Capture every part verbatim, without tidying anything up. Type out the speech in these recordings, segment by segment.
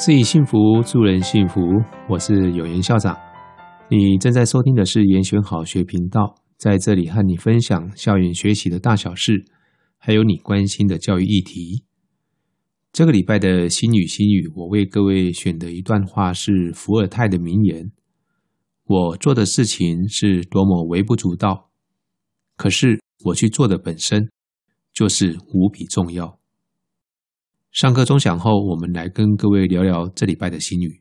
自己幸福，助人幸福。我是有言校长，你正在收听的是研选好学频道，在这里和你分享校园学习的大小事，还有你关心的教育议题。这个礼拜的心语心语，我为各位选的一段话是伏尔泰的名言：我做的事情是多么微不足道，可是我去做的本身就是无比重要。上课钟响后，我们来跟各位聊聊这礼拜的心语。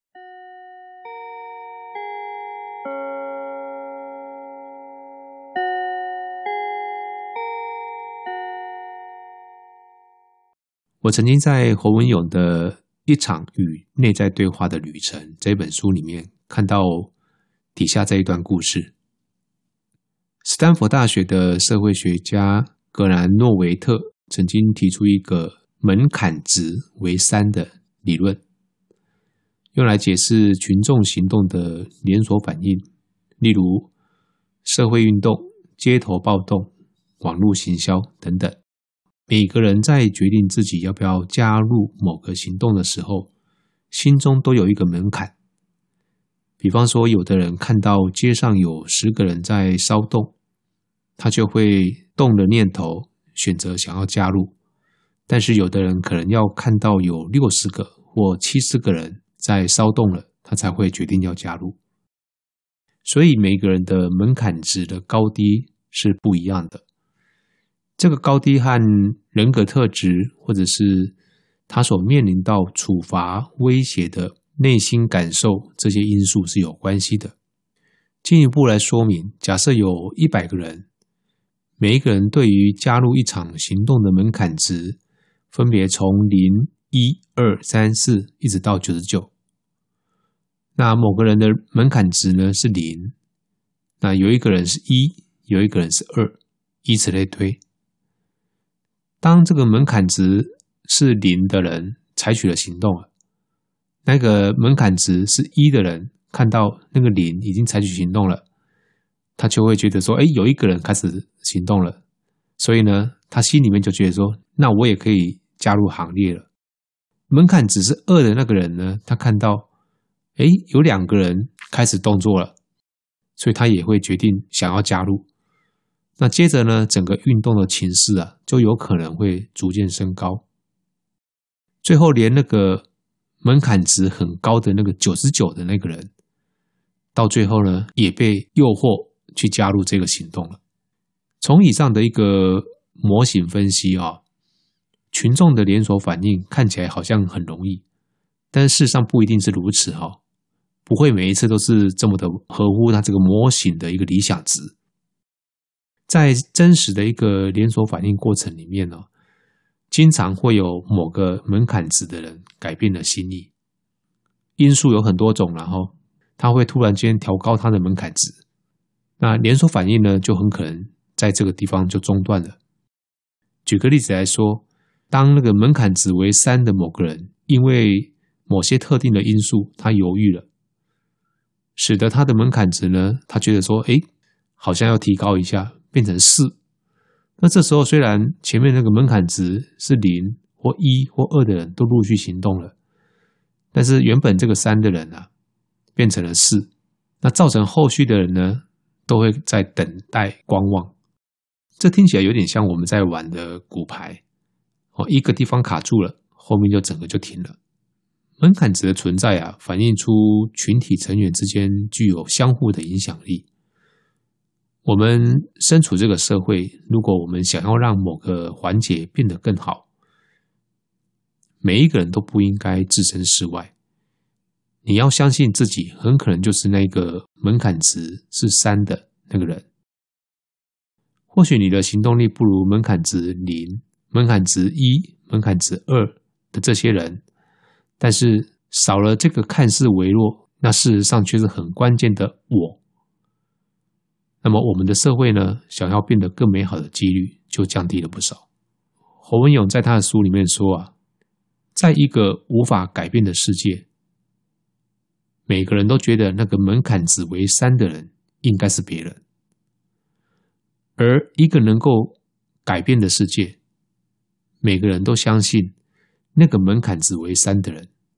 我曾经在侯文勇的《一场与内在对话的旅程》这本书里面看到底下这一段故事。斯坦福大学的社会学家格兰诺维特曾经提出一个门槛值为三的理论，用来解释群众行动的连锁反应，例如社会运动、街头暴动、网络行销等等。每个人在决定自己要不要加入某个行动的时候，心中都有一个门槛。比方说，有的人看到街上有十个人在骚动，他就会动了念头，选择想要加入。但是有的人可能要看到有六十个或七十个人在骚动了，他才会决定要加入。所以每个人的门槛值的高低是不一样的。这个高低和人格特质，或者是他所面临到处罚、威胁的内心感受，这些因素是有关系的。进一步来说明，假设有一百个人，每一个人对于加入一场行动的门槛值分别从零、一、二、三、四一直到九十九。那某个人的门槛值呢是零，那有一个人是一，有一个人是二，以此类推。当这个门槛值是零的人采取了行动了，那个门槛值是一的人看到那个零已经采取行动了，他就会觉得说，诶，有一个人开始行动了，所以呢，他心里面就觉得说，那我也可以加入行列了。门槛值是二的那个人呢，他看到，诶，有两个人开始动作了，所以他也会决定想要加入。那接着呢，整个运动的情势啊，就有可能会逐渐升高。最后连那个门槛值很高的那个九十九的那个人，到最后呢，也被诱惑去加入这个行动了。从以上的一个模型分析啊，群众的连锁反应看起来好像很容易，但是事实上不一定是如此哈，不会每一次都是这么的合乎它这个模型的一个理想值。在真实的一个连锁反应过程里面呢，经常会有某个门槛值的人改变了心意。因素有很多种，然后他会突然间调高他的门槛值，那连锁反应呢，就很可能在这个地方就中断了。举个例子来说，当那个门槛值为三的某个人，因为某些特定的因素，他犹豫了，使得他的门槛值呢，他觉得说，诶，好像要提高一下，变成四。那这时候虽然前面那个门槛值是零或一或二的人都陆续行动了，但是原本这个三的人啊，变成了四，那造成后续的人呢，都会在等待观望。这听起来有点像我们在玩的骨牌，哦，一个地方卡住了，后面就整个就停了。门槛值的存在啊，反映出群体成员之间具有相互的影响力。我们身处这个社会，如果我们想要让某个环节变得更好，每一个人都不应该置身事外。你要相信自己很可能就是那个门槛值是三的那个人。或许你的行动力不如门槛值零、门槛值一、门槛值二的这些人，但是少了这个看似微弱，那事实上却是很关键的我。那么我们的社会呢，想要变得更美好的几率就降低了不少。侯文勇在他的书里面说啊，在一个无法改变的世界，每个人都觉得那个门槛值为三的人应该是别人，而一个能够改变的世界，每个人都相信那个门槛值为三的人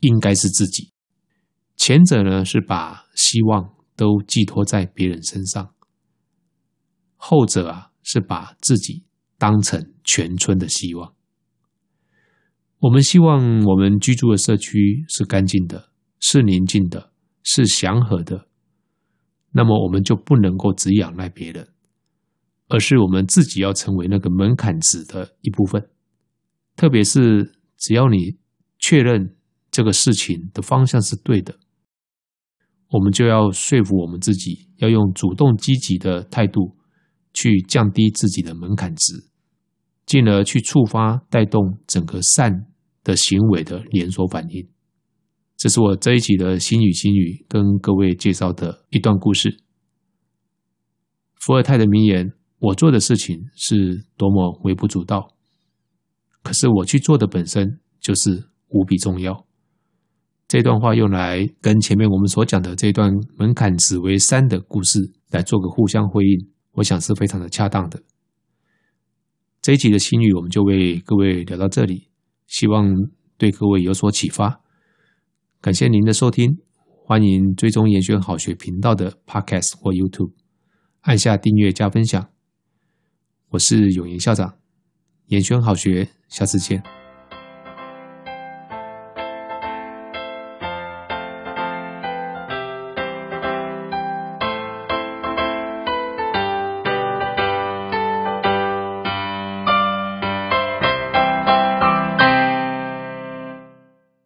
应该是自己。前者呢，是把希望都寄托在别人身上，后者啊，是把自己当成全村的希望。我们希望我们居住的社区是干净的，是宁静的，是祥和的，那么我们就不能够只仰赖别人，而是我们自己要成为那个门槛值的一部分。特别是只要你确认这个事情的方向是对的，我们就要说服我们自己，要用主动积极的态度去降低自己的门槛值，进而去触发带动整个善的行为的连锁反应。这是我这一集的心语心语跟各位介绍的一段故事。伏尔泰的名言，我做的事情是多么微不足道，可是我去做的本身就是无比重要。这段话用来跟前面我们所讲的这段门槛值为三的故事来做个互相辉映，我想是非常的恰当的。这一集的心语我们就为各位聊到这里，希望对各位有所启发。感谢您的收听，欢迎追踪延轩好学频道的 Podcast 或 YouTube， 按下订阅加分享。我是永言校长，延轩好学，下次见。